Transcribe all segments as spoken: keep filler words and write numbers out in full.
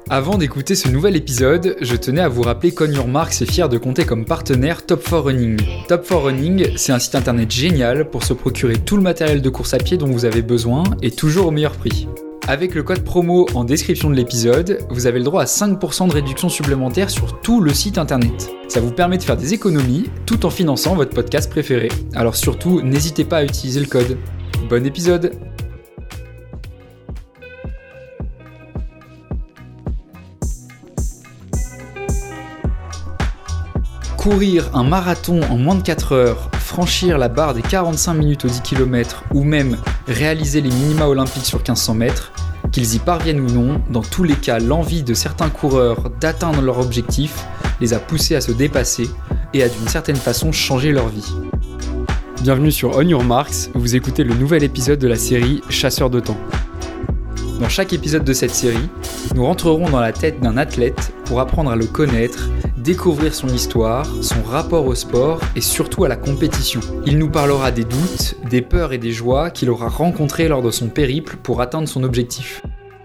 Avant d'écouter ce nouvel épisode, je tenais à vous rappeler qu'On Your Marks est fier de compter comme partenaire Top four Running. Top four Running, c'est un site internet génial pour se procurer tout le matériel de course à pied dont vous avez besoin et toujours au meilleur prix. Avec le code promo en description de l'épisode, vous avez le droit à cinq pour cent de réduction supplémentaire sur tout le site internet. Ça vous permet de faire des économies tout en finançant votre podcast préféré. Alors surtout, n'hésitez pas à utiliser le code. Bon épisode! Courir un marathon en moins de quatre heures, franchir la barre des quarante-cinq minutes au dix kilomètres ou même réaliser les minima olympiques sur quinze cents mètres, qu'ils y parviennent ou non, dans tous les cas, l'envie de certains coureurs d'atteindre leur objectif les a poussés à se dépasser et à d'une certaine façon changer leur vie. Bienvenue sur On Your Marks, vous écoutez le nouvel épisode de la série Chasseurs de temps. Dans chaque épisode de cette série, nous rentrerons dans la tête d'un athlète pour apprendre à le connaître, découvrir son histoire, son rapport au sport et surtout à la compétition. Il nous parlera des doutes, des peurs et des joies qu'il aura rencontrés lors de son périple pour atteindre son objectif.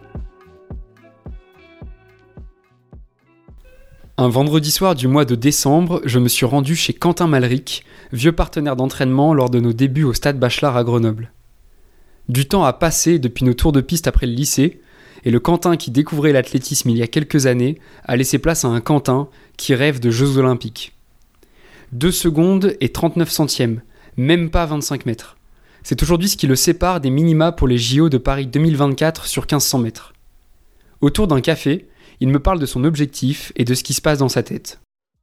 Un vendredi soir du mois de décembre, je me suis rendu chez Quentin Malric, vieux partenaire d'entraînement lors de nos débuts au Stade Bachelard à Grenoble. Du temps a passé depuis nos tours de piste après le lycée, et le Quentin qui découvrait l'athlétisme il y a quelques années a laissé place à un Quentin qui rêve de Jeux Olympiques. deux secondes et trente-neuf centièmes, même pas vingt-cinq mètres. C'est aujourd'hui ce qui le sépare des minima pour les J O de Paris deux mille vingt-quatre sur quinze cents mètres. Autour d'un café, il me parle de son objectif et de ce qui se passe dans sa tête.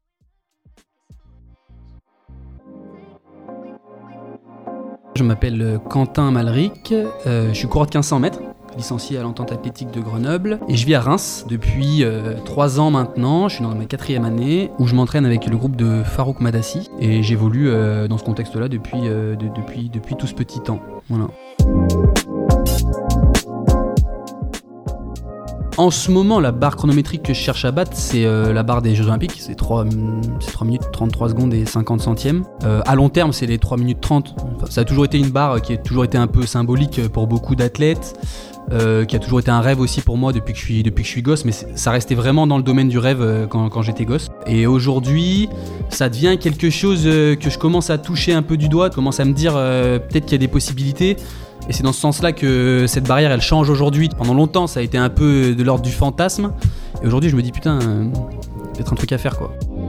Je m'appelle Quentin Malric, euh, je suis coureur de quinze cents mètres, licencié à l'Entente Athlétique de Grenoble, et je vis à Reims depuis euh, trois ans maintenant. Je suis dans ma quatrième année où je m'entraîne avec le groupe de Farouk Madassi et j'évolue euh, dans ce contexte-là depuis, euh, de, depuis, depuis tout ce petit temps. Voilà. En ce moment, la barre chronométrique que je cherche à battre, c'est euh, la barre des Jeux Olympiques. C'est trois, c'est trois minutes trente-trois secondes et cinquante centièmes. Euh, à long terme, c'est les trois minutes trente. Enfin, ça a toujours été une barre qui a toujours été un peu symbolique pour beaucoup d'athlètes, euh, qui a toujours été un rêve aussi pour moi depuis que je suis, depuis que je suis gosse. Mais ça restait vraiment dans le domaine du rêve euh, quand, quand j'étais gosse. Et aujourd'hui, ça devient quelque chose euh, que je commence à toucher un peu du doigt. Je commence à me dire euh, peut-être qu'il y a des possibilités. Et c'est dans ce sens-là que cette barrière, elle change aujourd'hui. Pendant longtemps, ça a été un peu de l'ordre du fantasme. Et aujourd'hui, je me dis, putain, euh, peut-être un truc à faire, quoi.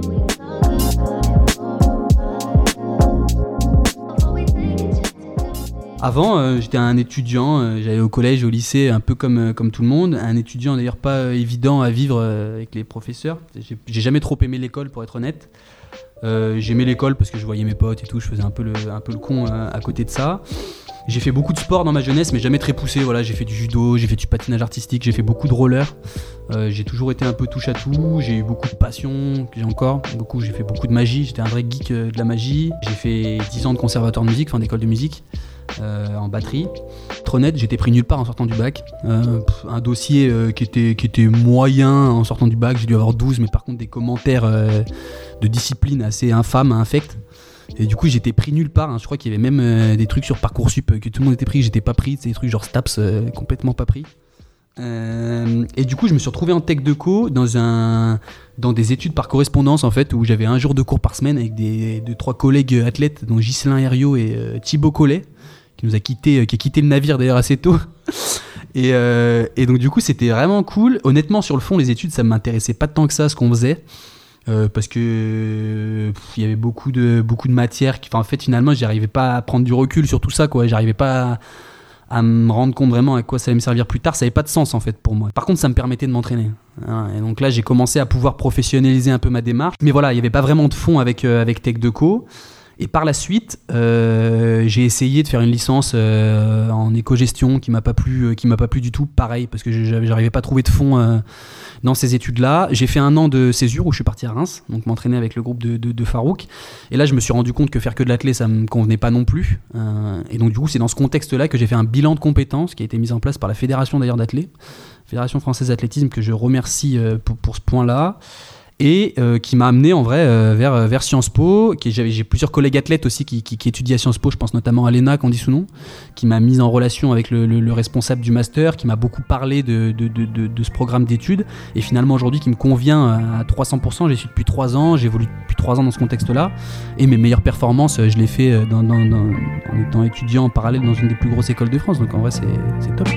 Avant, euh, j'étais un étudiant, euh, j'allais au collège, au lycée, un peu comme, euh, comme tout le monde. Un étudiant d'ailleurs pas euh, évident à vivre euh, avec les professeurs. J'ai, j'ai jamais trop aimé l'école, pour être honnête. Euh, j'aimais l'école parce que je voyais mes potes et tout, je faisais un peu le, un peu le con euh, à côté de ça. J'ai fait beaucoup de sport dans ma jeunesse, mais jamais très poussé. Voilà, j'ai fait du judo, j'ai fait du patinage artistique, j'ai fait beaucoup de roller. Euh, j'ai toujours été un peu touche à tout. J'ai eu beaucoup de passion, que j'ai encore. Beaucoup, j'ai fait beaucoup de magie. J'étais un vrai geek euh, de la magie. J'ai fait dix ans de conservatoire de musique, enfin d'école de musique, euh, en batterie. Trop honnête, j'étais pris nulle part en sortant du bac. Euh, pff, un dossier euh, qui était, qui était moyen en sortant du bac. J'ai dû avoir douze, mais par contre des commentaires euh, de discipline assez infâmes, infects. Et du coup j'étais pris nulle part, hein. Je crois qu'il y avait même euh, des trucs sur Parcoursup euh, que tout le monde était pris, j'étais pas pris, c'est des trucs genre Staps euh, complètement pas pris. Euh, et du coup je me suis retrouvé en tech deco dans, un, dans des études par correspondance en fait, où j'avais un jour de cours par semaine avec des, deux, trois collègues athlètes, dont Ghislain Herriot et euh, Thibaut Collet, qui nous a quitté, euh, qui a quitté le navire d'ailleurs assez tôt. et, euh, et donc du coup c'était vraiment cool. Honnêtement sur le fond les études ça m'intéressait pas tant que ça ce qu'on faisait. Euh, parce que il y avait beaucoup de beaucoup de matières qui, enfin, en fait finalement j'arrivais pas à prendre du recul sur tout ça quoi, j'arrivais pas à, à me rendre compte vraiment à quoi ça allait me servir plus tard, ça avait pas de sens en fait pour moi. Par contre ça me permettait de m'entraîner, hein, et donc là j'ai commencé à pouvoir professionnaliser un peu ma démarche, mais voilà il y avait pas vraiment de fond avec euh, avec Tech Deco. Et par la suite, euh, j'ai essayé de faire une licence euh, en éco-gestion qui m'a pas plu, euh, qui m'a pas plu du tout. Pareil, parce que j'arrivais pas à trouver de fond euh, dans ces études-là. J'ai fait un an de césure où je suis parti à Reims, donc m'entraîner avec le groupe de, de, de Farouk. Et là, je me suis rendu compte que faire que de l'athlé, ça me convenait pas non plus. Euh, et donc du coup, c'est dans ce contexte-là que j'ai fait un bilan de compétences qui a été mis en place par la fédération d'ailleurs d'athlé, Fédération française d'athlétisme, que je remercie euh, pour, pour ce point-là. et euh, qui m'a amené en vrai euh, vers, vers Sciences Po. Qui, j'avais, j'ai plusieurs collègues athlètes aussi qui, qui, qui étudient à Sciences Po, je pense notamment à Léna, qu'on dit sous nom, qui m'a mis en relation avec le, le, le responsable du master, qui m'a beaucoup parlé de, de, de, de, de ce programme d'études, et finalement aujourd'hui qui me convient à trois cents pour cent. J'y suis depuis trois ans, j'évolue depuis trois ans dans ce contexte-là, et mes meilleures performances, je les fais dans, dans, dans, en étant étudiant en parallèle dans une des plus grosses écoles de France, donc en vrai c'est, c'est top.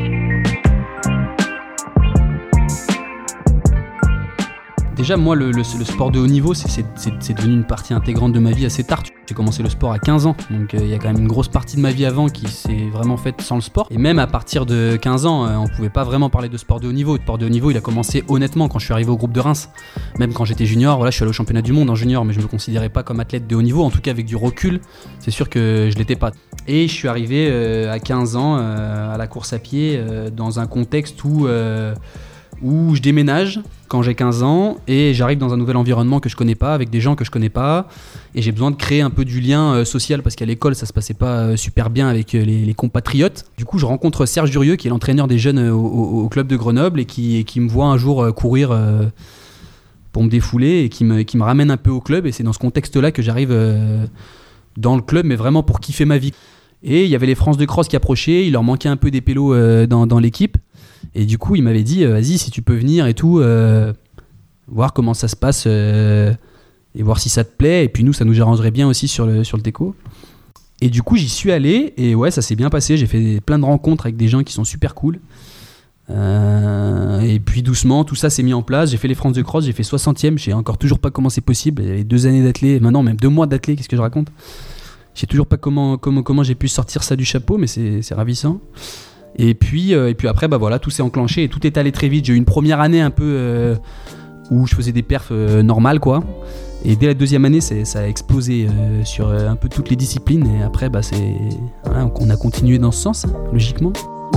Déjà, moi, le, le, le sport de haut niveau, c'est, c'est, c'est, c'est devenu une partie intégrante de ma vie assez tard. J'ai commencé le sport à quinze ans, donc il euh, y a quand même une grosse partie de ma vie avant qui s'est vraiment faite sans le sport. Et même à partir de quinze ans, euh, on pouvait pas vraiment parler de sport de haut niveau. Le sport de haut niveau, il a commencé honnêtement quand je suis arrivé au groupe de Reims. Même quand j'étais junior, voilà, je suis allé au championnat du monde en junior, mais je me considérais pas comme athlète de haut niveau. En tout cas, avec du recul, c'est sûr que je l'étais pas. Et je suis arrivé euh, à quinze ans euh, à la course à pied euh, dans un contexte où... Euh, où je déménage quand j'ai quinze ans et j'arrive dans un nouvel environnement que je connais pas, avec des gens que je connais pas, et j'ai besoin de créer un peu du lien euh, social parce qu'à l'école ça se passait pas euh, super bien avec euh, les, les compatriotes. Du coup je rencontre Serge Durieux qui est l'entraîneur des jeunes euh, au, au, au club de Grenoble et qui, et qui me voit un jour euh, courir euh, pour me défouler et qui me, qui me ramène un peu au club, et c'est dans ce contexte-là que j'arrive euh, dans le club, mais vraiment pour kiffer ma vie. Et il y avait les France de Cross qui approchaient, il leur manquait un peu des pélos euh, dans, dans l'équipe. Et du coup, il m'avait dit, euh, vas-y, si tu peux venir et tout, euh, voir comment ça se passe euh, et voir si ça te plaît. Et puis nous, ça nous arrangerait bien aussi sur le, sur le déco. Et du coup, j'y suis allé et ouais, ça s'est bien passé. J'ai fait plein de rencontres avec des gens qui sont super cool. Euh, et puis doucement, tout ça s'est mis en place. J'ai fait les France de Cross, j'ai fait soixantième. Je sais encore toujours pas comment c'est possible. Il y avait deux années d'athlé, maintenant même deux mois d'athlé, qu'est-ce que je raconte ? Je sais toujours pas comment, comment, comment j'ai pu sortir ça du chapeau, mais c'est, c'est ravissant. Et puis, euh, et puis après, bah voilà, tout s'est enclenché et tout est allé très vite. J'ai eu une première année un peu euh, où je faisais des perfs euh, normales, quoi. Et dès la deuxième année, c'est, ça a explosé euh, sur euh, un peu toutes les disciplines. Et après, bah, c'est, voilà, on a continué dans ce sens, hein, logiquement.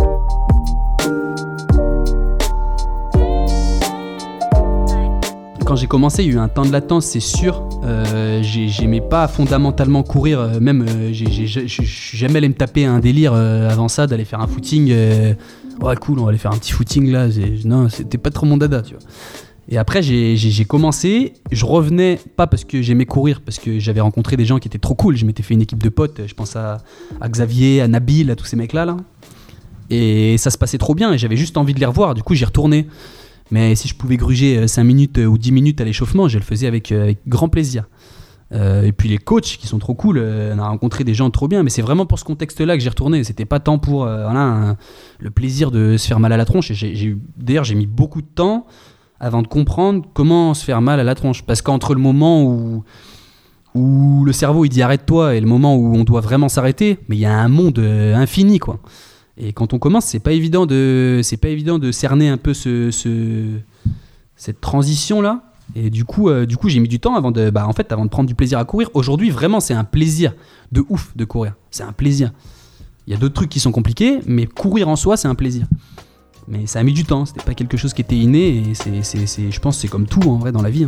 Quand j'ai commencé, il y a eu un temps de latence, c'est sûr. Euh, j'ai, j'aimais pas fondamentalement courir, euh, même euh, j'ai, j'ai, j'ai, je suis jamais allé me taper un délire euh, avant ça, d'aller faire un footing. Euh, ouais, cool, on va aller faire un petit footing là. J'ai, non, c'était pas trop mon dada, tu vois. Et après, j'ai, j'ai, j'ai commencé. Je revenais pas parce que j'aimais courir, parce que j'avais rencontré des gens qui étaient trop cool. Je m'étais fait une équipe de potes. Je pense à, à Xavier, à Nabil, à tous ces mecs-là, là. Et ça se passait trop bien. Et j'avais juste envie de les revoir. Du coup, j'y retournais. Mais si je pouvais gruger cinq minutes ou dix minutes à l'échauffement, je le faisais avec, avec grand plaisir. Euh, et puis les coachs qui sont trop cool, euh, on a rencontré des gens trop bien, mais c'est vraiment pour ce contexte-là que j'y retournais. C'était pas tant pour euh, voilà, un, le plaisir de se faire mal à la tronche. Et j'ai, j'ai, d'ailleurs, j'ai mis beaucoup de temps avant de comprendre comment se faire mal à la tronche. Parce qu'entre le moment où, où le cerveau il dit arrête-toi et le moment où on doit vraiment s'arrêter, mais il y a un monde euh, infini, quoi. Et quand on commence, c'est pas évident de, c'est pas évident de cerner un peu ce, ce, cette transition-là. Et du coup, euh, du coup, j'ai mis du temps avant de, bah, en fait, avant de prendre du plaisir à courir. Aujourd'hui, vraiment, c'est un plaisir de ouf de courir. C'est un plaisir. Il y a d'autres trucs qui sont compliqués, mais courir en soi, c'est un plaisir. Mais ça a mis du temps. C'était pas quelque chose qui était inné. Et c'est, c'est, c'est, je pense que c'est comme tout en vrai dans la vie, hein.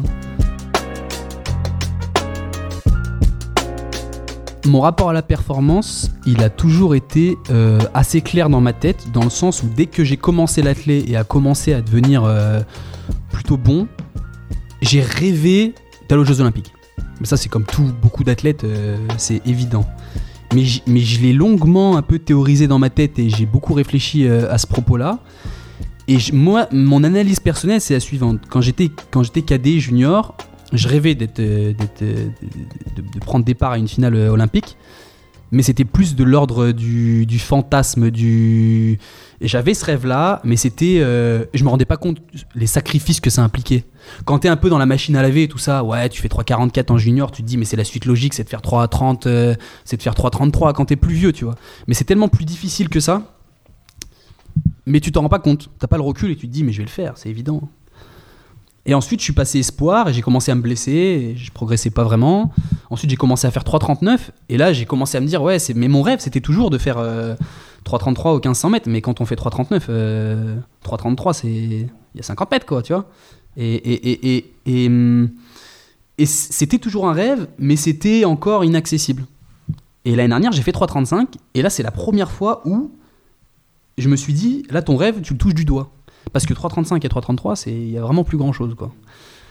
Mon rapport à la performance, il a toujours été euh, assez clair dans ma tête, dans le sens où dès que j'ai commencé l'athlé et a commencé à devenir euh, plutôt bon, j'ai rêvé d'aller aux Jeux Olympiques. Mais ça, c'est comme tout, beaucoup d'athlètes, euh, c'est évident. Mais, j- mais je l'ai longuement un peu théorisé dans ma tête et j'ai beaucoup réfléchi euh, à ce propos-là. Et je, moi, mon analyse personnelle, c'est la suivante. Quand j'étais, quand j'étais cadet, junior, je rêvais d'être, d'être, de, de, de prendre départ à une finale olympique, mais c'était plus de l'ordre du, du fantasme, du... Et j'avais ce rêve-là, mais c'était, euh, je me rendais pas compte les sacrifices que ça impliquait. Quand t'es un peu dans la machine à laver et tout ça, ouais, tu fais trois quarante-quatre en junior, tu te dis mais c'est la suite logique, c'est de faire trois trente, euh, c'est de faire trois trente-trois quand t'es plus vieux, tu vois. Mais c'est tellement plus difficile que ça, mais tu t'en rends pas compte, t'as pas le recul et tu te dis mais je vais le faire, c'est évident. Et ensuite, je suis passé espoir et j'ai commencé à me blesser et je progressais pas vraiment. Ensuite, j'ai commencé à faire trois trente-neuf et là, j'ai commencé à me dire, ouais, c'est... mais mon rêve, c'était toujours de faire euh, trois trente-trois au quinze cents mètres. Mais quand on fait trois trente-neuf, euh, trois trente-trois, c'est... il y a cinquante mètres, quoi, tu vois. Et, et, et, et, et, et c'était toujours un rêve, mais c'était encore inaccessible. Et l'année dernière, j'ai fait trois trente-cinq et là, c'est la première fois où je me suis dit, là, ton rêve, tu le touches du doigt. Parce que trois trente-cinq et trois trente-trois, il y a vraiment plus grand chose, quoi.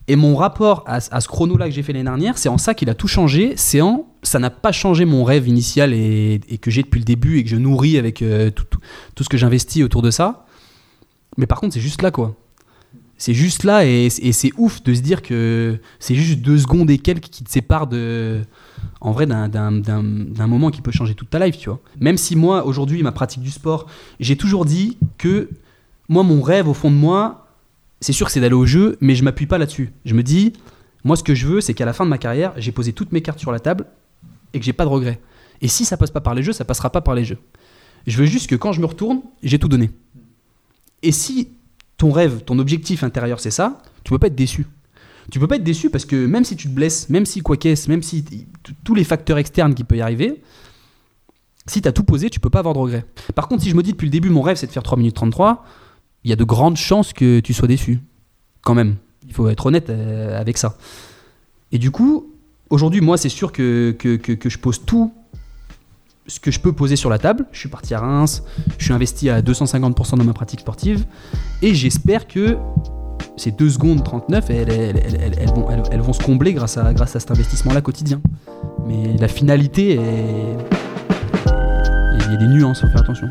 Et mon rapport à, à ce chrono-là que j'ai fait l'année dernière, c'est en ça qu'il a tout changé. C'est en, ça n'a pas changé mon rêve initial et, et que j'ai depuis le début et que je nourris avec euh, tout, tout, tout ce que j'investis autour de ça. Mais par contre, c'est juste là, quoi. C'est juste là et, et c'est ouf de se dire que c'est juste deux secondes et quelques qui te séparent de, en vrai, d'un, d'un, d'un, d'un moment qui peut changer toute ta life, tu vois. Même si moi, aujourd'hui, ma pratique du sport, j'ai toujours dit que moi, mon rêve, au fond de moi, c'est sûr que c'est d'aller au jeu, mais je ne m'appuie pas là-dessus. Je me dis, moi, ce que je veux, c'est qu'à la fin de ma carrière, j'ai posé toutes mes cartes sur la table et que j'ai pas de regrets. Et si ça passe pas par les jeux, ça passera pas par les jeux. Je veux juste que quand je me retourne, j'ai tout donné. Et si ton rêve, ton objectif intérieur, c'est ça, tu peux pas être déçu. Tu peux pas être déçu parce que même si tu te blesses, même si quoi qu'est-ce, même si t- tous les facteurs externes qui peuvent y arriver, si tu as tout posé, tu peux pas avoir de regrets. Par contre, si je me dis depuis le début, mon rêve, c'est de faire trois minutes trente-trois, il y a de grandes chances que tu sois déçu. Quand même. Il faut être honnête euh, avec ça. Et du coup, aujourd'hui, moi, c'est sûr que, que, que, que je pose tout ce que je peux poser sur la table. Je suis parti à Reims, je suis investi à deux cent cinquante pour cent dans ma pratique sportive, et j'espère que ces deux secondes trente-neuf, elles, elles, elles, elles, elles, vont, elles, elles vont se combler grâce à, grâce à cet investissement-là quotidien. Mais la finalité, est... il y a des nuances, il faut faire attention.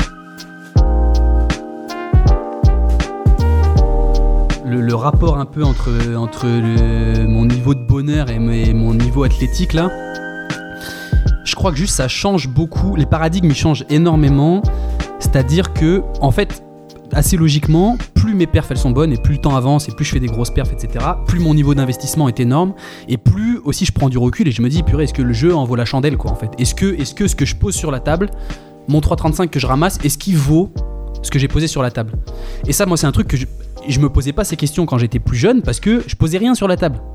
Le, le rapport un peu entre, entre le, mon niveau de bonheur et mes, mon niveau athlétique là, je crois que juste ça change beaucoup, les paradigmes ils changent énormément, c'est-à-dire que en fait assez logiquement, plus mes perfs elles sont bonnes et plus le temps avance et plus je fais des grosses perfs, et cetera, plus mon niveau d'investissement est énorme et plus aussi je prends du recul et je me dis purée, est-ce que le jeu en vaut la chandelle quoi en fait, est-ce que, est-ce que ce que je pose sur la table, mon trois trente-cinq que je ramasse, est-ce qu'il vaut ce que j'ai posé sur la table? Et ça moi c'est un truc que je je me posais pas ces questions quand j'étais plus jeune parce que je posais rien sur la table.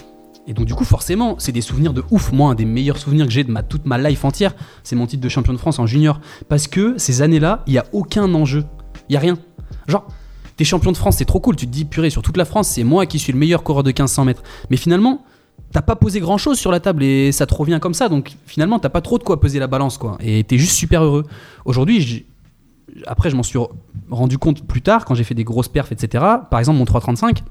Et donc du coup forcément c'est des souvenirs de ouf. Moi un des meilleurs souvenirs que j'ai de ma, toute ma life entière, c'est mon titre de champion de France en junior. Parce que ces années-là, il n'y a aucun enjeu. Il n'y a rien. Genre, t'es champion de France, c'est trop cool. Tu te dis purée, sur toute la France, c'est moi qui suis le meilleur coureur de quinze cents mètres. Mais finalement, t'as pas posé grand-chose sur la table et ça te revient comme ça. Donc finalement, t'as pas trop de quoi peser la balance quoi. Et t'es juste super heureux. Aujourd'hui, j'ai... Après, je m'en suis rendu compte plus tard quand j'ai fait des grosses perfs, et cetera. Par exemple, mon trois trente-cinq,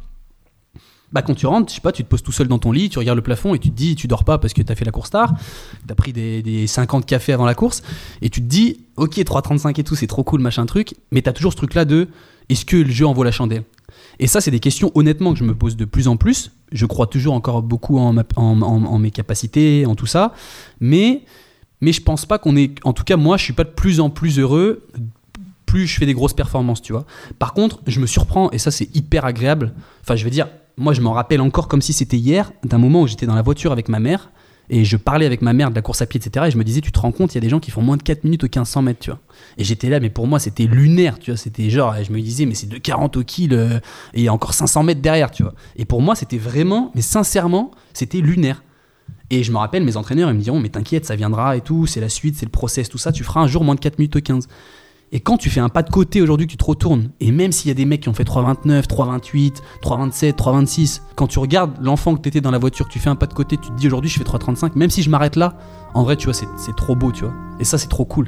bah, quand tu rentres, je sais pas, tu te poses tout seul dans ton lit, tu regardes le plafond et tu te dis, tu dors pas parce que tu as fait la course tard, tu as pris des, des cinquante cafés avant la course et tu te dis, ok, trois trente-cinq et tout, c'est trop cool, machin truc, mais tu as toujours ce truc-là de, est-ce que le jeu en vaut la chandelle? Et ça, c'est des questions honnêtement que je me pose de plus en plus. Je crois toujours encore beaucoup en, ma, en, en, en mes capacités, en tout ça, mais, mais je pense pas qu'on est, en tout cas moi, je suis pas de plus en plus heureux plus je fais des grosses performances, tu vois. Par contre, je me surprends, et ça c'est hyper agréable, enfin je veux dire, moi je m'en rappelle encore comme si c'était hier, d'un moment où j'étais dans la voiture avec ma mère, et je parlais avec ma mère de la course à pied, et cetera, et je me disais, tu te rends compte, il y a des gens qui font moins de quatre minutes aux quinze cents mètres, tu vois. Et j'étais là, mais pour moi c'était lunaire, tu vois, c'était genre, je me disais, mais c'est deux quarante au kill, euh, et il y a encore cinq cents mètres derrière, tu vois. Et pour moi c'était vraiment, mais sincèrement, c'était lunaire. Et je me rappelle, mes entraîneurs, ils me diront, mais t'inquiète, ça viendra et tout, c'est la suite, c'est le process, tout ça, tu feras un jour moins de quatre minutes au quinze. Et quand tu fais un pas de côté aujourd'hui, que tu te retournes, et même s'il y a des mecs qui ont fait trois vingt-neuf, trois vingt-huit, trois vingt-sept, trois vingt-six, quand tu regardes l'enfant que t'étais dans la voiture, que tu fais un pas de côté, tu te dis aujourd'hui je fais trois trente-cinq, même si je m'arrête là, en vrai tu vois c'est, c'est trop beau, tu vois. Et ça c'est trop cool.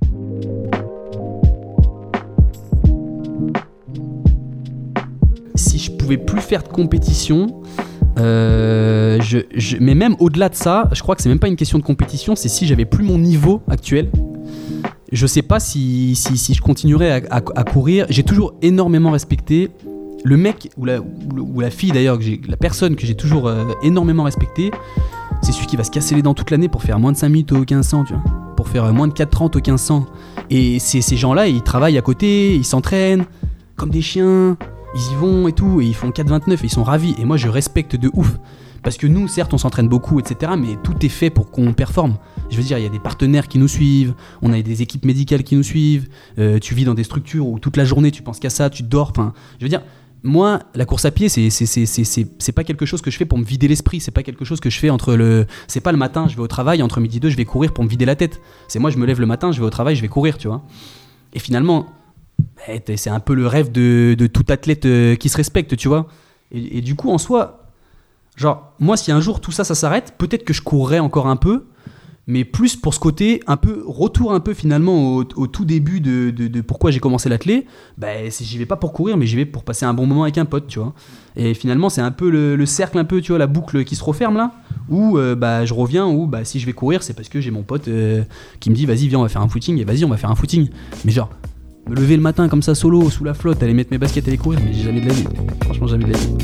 Si je pouvais plus faire de compétition, euh, je, je, mais même au-delà de ça, je crois que c'est même pas une question de compétition, c'est si j'avais plus mon niveau actuel. Je sais pas si, si, si je continuerais à, à, à courir. J'ai toujours énormément respecté le mec ou la, ou la fille d'ailleurs, que j'ai, la personne que j'ai toujours euh, énormément respecté, c'est celui qui va se casser les dents toute l'année pour faire moins de cinq minutes au quinze cents, tu vois, pour faire euh, moins de quatre trente au quinze cents. Et c'est, ces gens-là, ils travaillent à côté, ils s'entraînent comme des chiens, ils y vont et tout, et ils font quatre vingt-neuf et ils sont ravis. Et moi, je respecte de ouf. Parce que nous, certes, on s'entraîne beaucoup, et cetera, mais tout est fait pour qu'on performe. Je veux dire, il y a des partenaires qui nous suivent, on a des équipes médicales qui nous suivent, euh, tu vis dans des structures où toute la journée, tu penses qu'à ça, tu dors. Enfin, je veux dire, moi, la course à pied, c'est, c'est, c'est, c'est, c'est, c'est pas quelque chose que je fais pour me vider l'esprit, c'est pas quelque chose que je fais entre le... C'est pas le matin, je vais au travail, entre midi et deux, je vais courir pour me vider la tête. C'est moi, je me lève le matin, je vais au travail, je vais courir, tu vois. Et finalement, c'est un peu le rêve de, de tout athlète qui se respecte, tu vois. Et, et du coup, en soi... Genre, moi, si un jour tout ça, ça s'arrête, peut-être que je courrais encore un peu, mais plus pour ce côté un peu retour un peu finalement au, au tout début de, de, de pourquoi j'ai commencé l'athlé. Bah, c'est, j'y vais pas pour courir, mais j'y vais pour passer un bon moment avec un pote, tu vois. Et finalement, c'est un peu le, le cercle, un peu, tu vois, la boucle qui se referme là, où euh, bah, je reviens, où bah, si je vais courir, c'est parce que j'ai mon pote euh, qui me dit vas-y, viens, on va faire un footing, et vas-y, on va faire un footing. Mais genre, me lever le matin comme ça solo, sous la flotte, aller mettre mes baskets et aller courir, mais j'ai jamais de la vie. Franchement, jamais de la vie.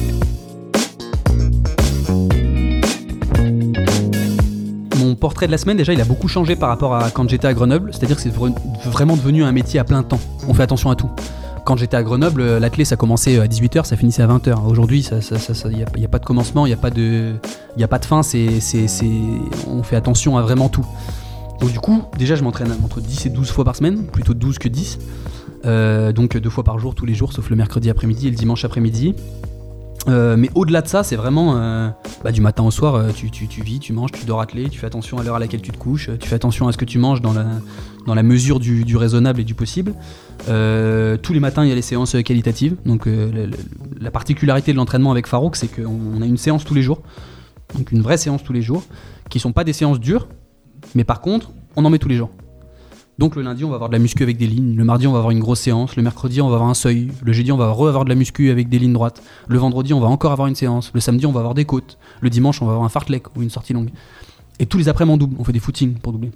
Mon portrait de la semaine, déjà, il a beaucoup changé par rapport à quand j'étais à Grenoble. C'est-à-dire que c'est vraiment devenu un métier à plein temps. On fait attention à tout. Quand j'étais à Grenoble, l'athlé, ça commençait à dix-huit heures, ça finissait à vingt heures. Aujourd'hui, il ça, ça, ça, n'y a, y a pas de commencement, il n'y a pas de, y a pas de fin. C'est, c'est, c'est, on fait attention à vraiment tout. Donc du coup, déjà, je m'entraîne entre dix et douze fois par semaine, plutôt douze que dix. Euh, donc deux fois par jour, tous les jours, sauf le mercredi après-midi et le dimanche après-midi. Euh, mais au-delà de ça, c'est vraiment euh, bah, du matin au soir, euh, tu, tu, tu vis, tu manges, tu dors attelé, tu fais attention à l'heure à laquelle tu te couches, tu fais attention à ce que tu manges dans la, dans la mesure du, du raisonnable et du possible. Euh, tous les matins, il y a les séances qualitatives. Donc euh, la, la particularité de l'entraînement avec Farouk, c'est qu'on a une séance tous les jours, donc une vraie séance tous les jours, qui sont pas des séances dures, mais par contre, on en met tous les jours. Donc le lundi, on va avoir de la muscu avec des lignes. Le mardi, on va avoir une grosse séance. Le mercredi, on va avoir un seuil. Le jeudi, on va re-avoir de la muscu avec des lignes droites. Le vendredi, on va encore avoir une séance. Le samedi, on va avoir des côtes. Le dimanche, on va avoir un fartlek ou une sortie longue. Et tous les après-midi, on double. On fait des footings pour doubler.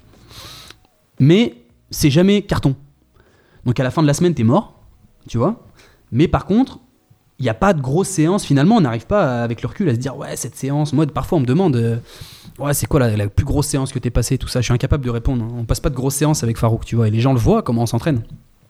Mais c'est jamais carton. Donc à la fin de la semaine, t'es mort, tu vois. Mais par contre, il n'y a pas de grosse séance. Finalement, on n'arrive pas, avec le recul, à se dire « Ouais, cette séance… » Moi, parfois, on me demande euh, « Ouais, c'est quoi la, la plus grosse séance que t'es passée ?» Tout ça, je suis incapable de répondre. Hein. On passe pas de grosses séances avec Farouk, tu vois. Et les gens le voient, comment on s'entraîne.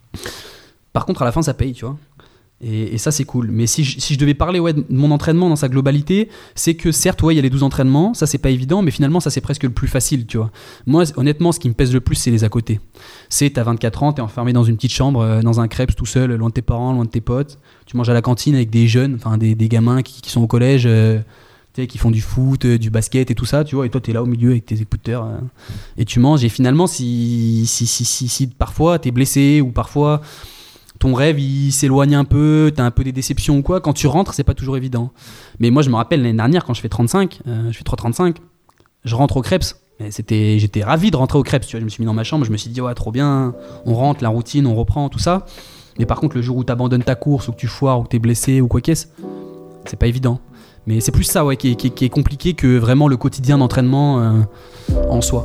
Par contre, à la fin, ça paye, tu vois. Et, et ça, c'est cool. Mais si je, si je devais parler ouais, de mon entraînement dans sa globalité, c'est que certes, ouais, il y a les douze entraînements, ça, c'est pas évident, mais finalement, ça, c'est presque le plus facile, tu vois. Moi, honnêtement, ce qui me pèse le plus, c'est les à côté. C'est, t'as vingt-quatre ans, t'es enfermé dans une petite chambre, euh, dans un crêpe tout seul, loin de tes parents, loin de tes potes. Tu manges à la cantine avec des jeunes, enfin, des, des gamins qui, qui sont au collège, euh, tu sais, qui font du foot, euh, du basket et tout ça, tu vois. Et toi, t'es là au milieu avec tes écouteurs euh, et tu manges. Et finalement, si, si, si, si, si parfois, t'es blessé ou parfois… ton rêve il s'éloigne un peu, t'as un peu des déceptions ou quoi, quand tu rentres c'est pas toujours évident. Mais moi je me rappelle l'année dernière quand je fais trente-cinq, euh, je fais trois trente-cinq, je rentre au Crêpes, et c'était, j'étais ravi de rentrer au Crêpes, tu vois, je me suis mis dans ma chambre, je me suis dit ouais trop bien, on rentre, la routine, on reprend, tout ça. Mais par contre le jour où t'abandonnes ta course ou que tu foires ou que t'es blessé ou quoi qu'est-ce, c'est pas évident. Mais c'est plus ça ouais, qui, est, qui, est, qui est compliqué que vraiment le quotidien d'entraînement euh, en soi.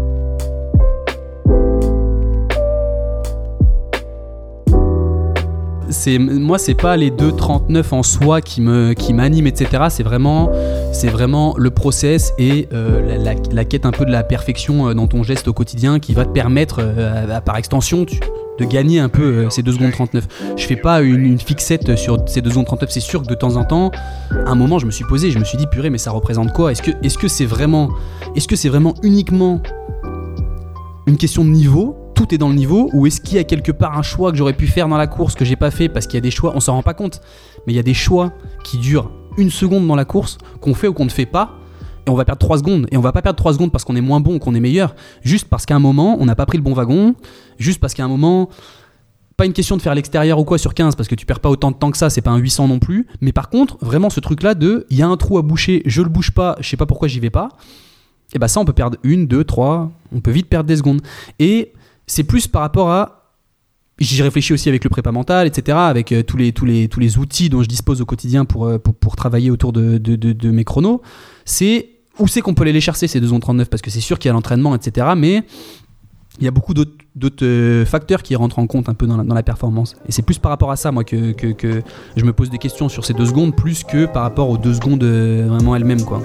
C'est, moi c'est pas les deux trente-neuf en soi qui me qui m'animent etc, c'est vraiment c'est vraiment le process et euh, la, la, la quête un peu de la perfection euh, dans ton geste au quotidien qui va te permettre euh, par extension tu, de gagner un peu euh, ces deux secondes trente-neuf. Je fais pas une, une fixette sur ces deux secondes trente-neuf, c'est sûr que de temps en temps à un moment je me suis posé, je me suis dit purée mais ça représente quoi, est-ce que est-ce que c'est vraiment est-ce que c'est vraiment uniquement une question de niveau, tout est dans le niveau, ou est-ce qu'il y a quelque part un choix que j'aurais pu faire dans la course que j'ai pas fait parce qu'il y a des choix, on s'en rend pas compte, mais il y a des choix qui durent une seconde dans la course, qu'on fait ou qu'on ne fait pas, et on va perdre trois secondes, et on va pas perdre trois secondes parce qu'on est moins bon ou qu'on est meilleur, juste parce qu'à un moment on n'a pas pris le bon wagon, juste parce qu'à un moment, pas une question de faire l'extérieur ou quoi sur quinze parce que tu perds pas autant de temps que ça, c'est pas un huit cents non plus, mais par contre vraiment ce truc là de il y a un trou à boucher, je le bouge pas, je sais pas pourquoi j'y vais pas, et bah ça on peut perdre une, deux, trois, on peut vite perdre des secondes. Et c'est plus par rapport à, j'y réfléchis aussi avec le prépa mental, et cetera, avec euh, tous, les, tous, les, tous les outils dont je dispose au quotidien pour, euh, pour, pour travailler autour de, de, de, de mes chronos, c'est où c'est qu'on peut aller les chercher ces deux secondes trente-neuf, parce que c'est sûr qu'il y a l'entraînement, et cetera, mais il y a beaucoup d'autres, d'autres euh, facteurs qui rentrent en compte un peu dans la, dans la performance. Et c'est plus par rapport à ça, moi, que, que, que je me pose des questions sur ces deux secondes, plus que par rapport aux deux secondes euh, vraiment elles-mêmes, quoi.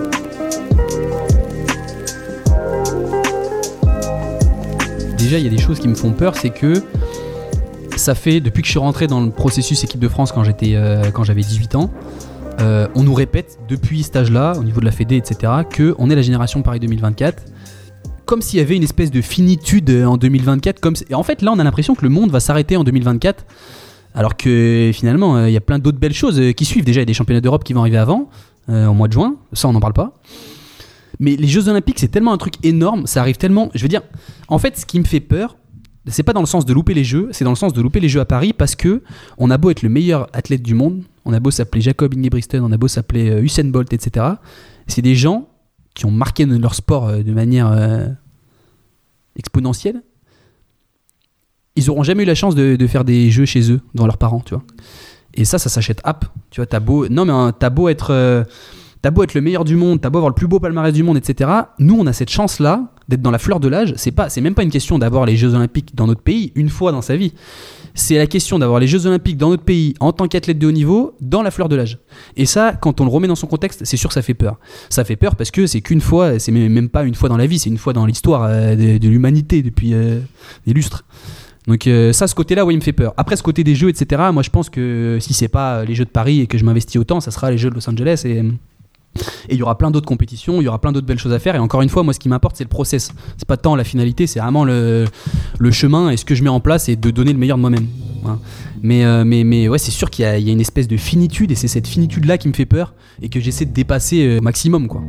Déjà, il y a des choses qui me font peur, c'est que ça fait, depuis que je suis rentré dans le processus équipe de France quand, j'étais, euh, quand j'avais dix-huit ans, euh, on nous répète depuis cet âge-là, au niveau de la Fédé, et cetera, qu'on est la génération Paris deux mille vingt-quatre, comme s'il y avait une espèce de finitude en deux mille vingt-quatre. Comme et en fait, là, on a l'impression que le monde va s'arrêter en deux mille vingt-quatre, alors que finalement, il euh, y a plein d'autres belles choses euh, qui suivent. Déjà, il y a des championnats d'Europe qui vont arriver avant, euh, au mois de juin, ça, on n'en parle pas. Mais les Jeux Olympiques, c'est tellement un truc énorme, ça arrive tellement. Je veux dire, en fait, ce qui me fait peur, c'est pas dans le sens de louper les Jeux, c'est dans le sens de louper les Jeux à Paris parce que on a beau être le meilleur athlète du monde, on a beau s'appeler Jacob Ingebrigtsen, on a beau s'appeler Usain Bolt, et cetera. C'est des gens qui ont marqué leur sport de manière euh, exponentielle, ils auront jamais eu la chance de, de faire des jeux chez eux, dans leurs parents, tu vois. Et ça, ça s'achète app. Tu vois, t'as beau, non mais hein, t'as beau être, euh, t'as beau être le meilleur du monde, t'as beau avoir le plus beau palmarès du monde, et cetera. Nous, on a cette chance-là d'être dans la fleur de l'âge. C'est pas, c'est même pas une question d'avoir les Jeux Olympiques dans notre pays une fois dans sa vie. C'est la question d'avoir les Jeux Olympiques dans notre pays en tant qu'athlète de haut niveau dans la fleur de l'âge. Et ça, quand on le remet dans son contexte, c'est sûr que ça fait peur. Ça fait peur parce que c'est qu'une fois, c'est même pas une fois dans la vie, c'est une fois dans l'histoire euh, de, de l'humanité depuis euh, des lustres. Donc euh, ça, ce côté-là, ouais, il me fait peur. Après, ce côté des jeux, et cetera, moi je pense que si c'est pas les Jeux de Paris et que je m'investis autant, ça sera les Jeux de Los Angeles et il y aura plein d'autres compétitions, il y aura plein d'autres belles choses à faire. Et encore une fois, moi ce qui m'importe, c'est le process. C'est pas tant la finalité, c'est vraiment le, le chemin et ce que je mets en place et de donner le meilleur de moi-même. Voilà. Mais, euh, mais, mais ouais, c'est sûr qu'il y a, il y a une espèce de finitude et c'est cette finitude-là qui me fait peur et que j'essaie de dépasser euh, au maximum, quoi.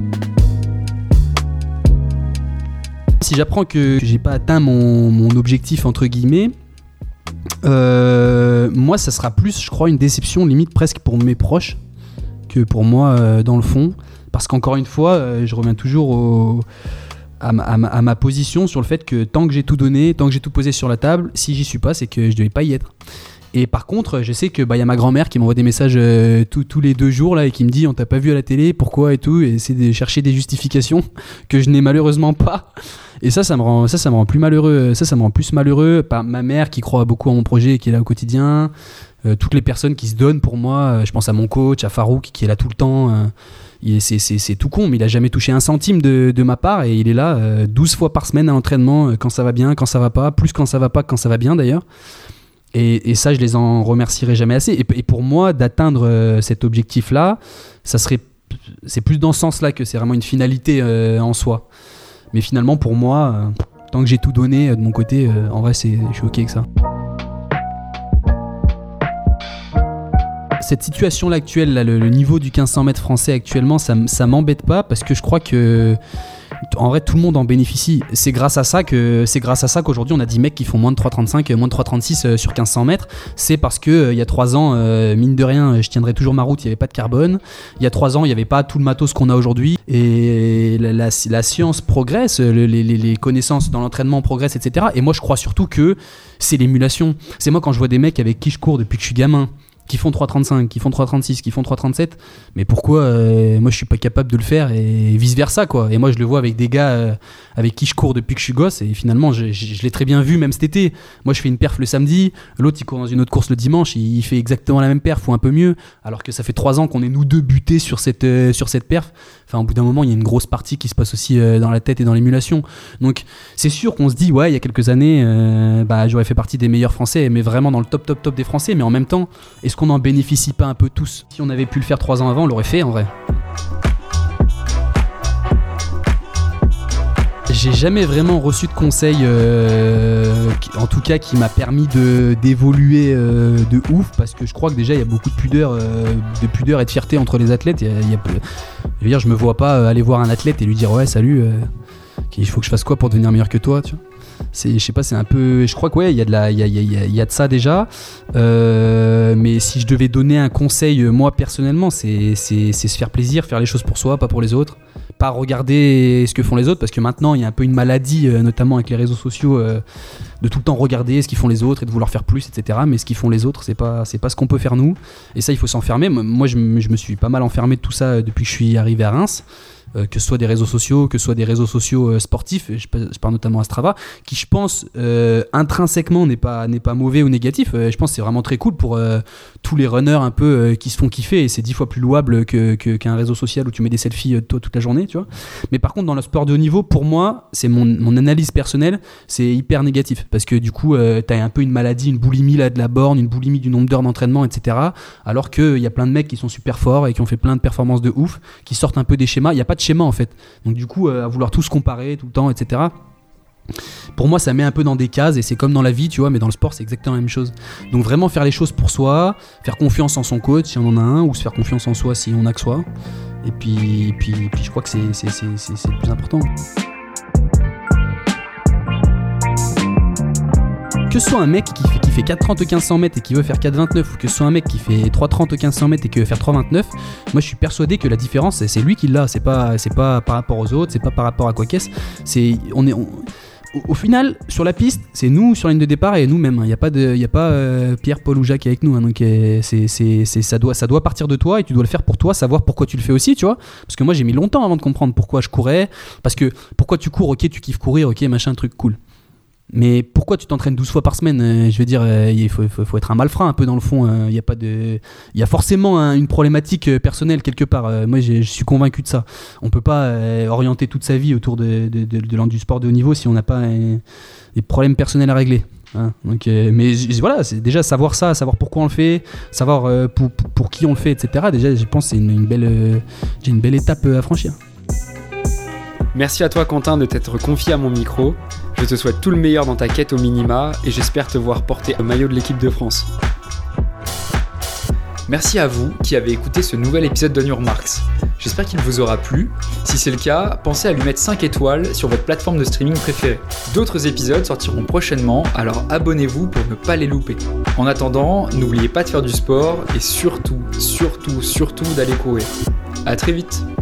Si j'apprends que, que j'ai pas atteint mon, mon objectif entre guillemets, euh, moi ça sera plus, je crois, une déception limite presque pour mes proches que pour moi euh, dans le fond, parce qu'encore une fois, euh, je reviens toujours au, à, ma, à, ma, à ma position sur le fait que tant que j'ai tout donné, tant que j'ai tout posé sur la table, si j'y suis pas, c'est que je devais pas y être. Et par contre, je sais que bah y a ma grand-mère qui m'envoie des messages euh, tous, tous les deux jours là et qui me dit on t'a pas vu à la télé, pourquoi et tout, et essaie de chercher des justifications que je n'ai malheureusement pas. Et ça, ça me rend, ça, ça me rend plus malheureux. Ça, ça me rend plus malheureux. Par ma mère qui croit beaucoup à mon projet et qui est là au quotidien. Euh, toutes les personnes qui se donnent pour moi. Euh, je pense à mon coach, à Farouk qui est là tout le temps. Euh, il est, c'est, c'est, c'est tout con, mais il a jamais touché un centime de, de ma part et il est là euh, douze fois par semaine à l'entraînement euh, quand ça va bien, quand ça va pas, plus quand ça va pas que quand ça va bien d'ailleurs. Et, et ça, je les en remercierai jamais assez. Et, et pour moi, d'atteindre euh, cet objectif-là, ça serait, c'est plus dans ce sens-là que c'est vraiment une finalité euh, en soi. Mais finalement, pour moi, euh, tant que j'ai tout donné euh, de mon côté, euh, en vrai, c'est, je suis OK avec ça. Cette situation-là actuelle, là, le, le niveau du quinze cents mètres français actuellement, ça, ça m'embête pas parce que je crois que en vrai tout le monde en bénéficie. C'est grâce à ça que c'est grâce à ça qu'aujourd'hui on a dix mecs qui font moins de trois trente-cinq, moins de trois trente-six euh, sur quinze cents mètres. C'est parce que euh, il y a trois ans, euh, mine de rien, je tiendrais toujours ma route. Il y avait pas de carbone. Il y a trois ans, il y avait pas tout le matos qu'on a aujourd'hui. Et la, la, la science progresse, le, les, les connaissances dans l'entraînement progressent, et cetera. Et moi, je crois surtout que c'est l'émulation. C'est moi quand je vois des mecs avec qui je cours depuis que je suis gamin, qui font trois trente-cinq, qui font trois trente-six, qui font trois trente-sept, mais pourquoi euh, moi je suis pas capable de le faire et vice versa quoi. Et moi je le vois avec des gars euh, avec qui je cours depuis que je suis gosse et finalement je, je, je l'ai très bien vu même cet été. Moi je fais une perf le samedi, l'autre il court dans une autre course le dimanche, il, il fait exactement la même perf ou un peu mieux, alors que ça fait trois ans qu'on est nous deux butés sur cette, euh, sur cette perf. Enfin au bout d'un moment il y a une grosse partie qui se passe aussi euh, dans la tête et dans l'émulation. Donc c'est sûr qu'on se dit ouais il y a quelques années euh, bah, j'aurais fait partie des meilleurs français, mais vraiment dans le top top top des français, mais en même temps est-ce qu'on n'en bénéficie pas un peu tous? Si on avait pu le faire trois ans avant, on l'aurait fait en vrai. J'ai jamais vraiment reçu de conseil, euh, en tout cas qui m'a permis de, d'évoluer euh, de ouf, parce que je crois que déjà il y a beaucoup de pudeur, euh, de pudeur et de fierté entre les athlètes. Il y a, il y a, je veux dire, je me vois pas aller voir un athlète et lui dire ouais salut, euh, il faut que je fasse quoi pour devenir meilleur que toi, tu vois. C'est, je sais pas, c'est un peu. Je crois que ouais, il y a de la, il y a, il y a, il y a de ça déjà. Euh, mais si je devais donner un conseil, moi personnellement, c'est, c'est, c'est se faire plaisir, faire les choses pour soi, pas pour les autres. Pas regarder ce que font les autres, parce que maintenant il y a un peu une maladie, euh, notamment avec les réseaux sociaux, euh, de tout le temps regarder ce qu'ils font les autres et de vouloir faire plus, et cetera. Mais ce qu'ils font les autres, c'est pas, c'est pas ce qu'on peut faire nous. Et ça, il faut s'enfermer. Moi, je, je me suis pas mal enfermé de tout ça depuis que je suis arrivé à Reims. Euh, que ce soit des réseaux sociaux, que ce soit des réseaux sociaux euh, sportifs, je, je parle notamment à Strava, qui je pense euh, intrinsèquement n'est pas, n'est pas mauvais ou négatif. Euh, je pense que c'est vraiment très cool pour euh, tous les runners un peu euh, qui se font kiffer, et c'est dix fois plus louable que, que, qu'un réseau social où tu mets des selfies euh, toi toute la journée, tu vois. Mais par contre dans le sport de haut niveau, pour moi, c'est mon, mon analyse personnelle, c'est hyper négatif, parce que du coup euh, t'as un peu une maladie, une boulimie là, de la borne, une boulimie du nombre d'heures d'entraînement, et cetera. Alors qu'il y a plein de mecs qui sont super forts et qui ont fait plein de performances de ouf, qui sortent un peu des schémas. Il n'y a pas de schéma en fait, donc du coup euh, à vouloir tout se comparer tout le temps, etc. Pour moi ça met un peu dans des cases, et c'est comme dans la vie, tu vois, mais dans le sport c'est exactement la même chose. Donc vraiment faire les choses pour soi, faire confiance en son coach si on en a un, ou se faire confiance en soi si on a que soi, et puis, puis, puis je crois que c'est, c'est, c'est, c'est, c'est le plus important. Que ce soit un mec qui fait, qui fait quatre trente au quinze cents mètres et qui veut faire quatre vingt-neuf, ou que ce soit un mec qui fait trois trente au quinze cents mètres et qui veut faire trois vingt-neuf, moi je suis persuadé que la différence c'est, c'est lui qui l'a, c'est pas, c'est pas par rapport aux autres, c'est pas par rapport à quoi qu'est-ce, c'est, on est, on, au, au final, sur la piste, c'est nous sur la ligne de départ et nous-mêmes. Il n'y a pas, de, y a pas euh, Pierre, Paul ou Jacques avec nous. Hein, donc euh, c'est, c'est, c'est, ça, doit, ça doit partir de toi et tu dois le faire pour toi, savoir pourquoi tu le fais aussi, tu vois. Parce que moi, j'ai mis longtemps avant de comprendre pourquoi je courais. Parce que pourquoi tu cours, ok, tu kiffes courir, ok, machin, truc cool. Mais pourquoi tu t'entraînes douze fois par semaine ? euh, Je veux dire, euh, il faut, faut, faut être un malfrat un peu dans le fond. Il euh, y a pas de, il y a forcément hein, une problématique euh, personnelle quelque part. Euh, moi, je suis convaincu de ça. On peut pas euh, orienter toute sa vie autour de, de, de, de, de du sport de haut niveau si on n'a pas euh, des problèmes personnels à régler. Hein. Donc, euh, mais j- voilà, c'est déjà savoir ça, savoir pourquoi on le fait, savoir euh, pour, pour, pour qui on le fait, et cetera. Déjà, je pense que c'est une, une belle, euh, j'ai une belle étape euh, à franchir. Merci à toi Quentin de t'être confié à mon micro. Je te souhaite tout le meilleur dans ta quête au minima et j'espère te voir porter le maillot de l'équipe de France. Merci à vous qui avez écouté ce nouvel épisode d'On Your Marks. J'espère qu'il vous aura plu. Si c'est le cas, pensez à lui mettre cinq étoiles sur votre plateforme de streaming préférée. D'autres épisodes sortiront prochainement, alors abonnez-vous pour ne pas les louper. En attendant, n'oubliez pas de faire du sport et surtout, surtout, surtout d'aller courir. À très vite.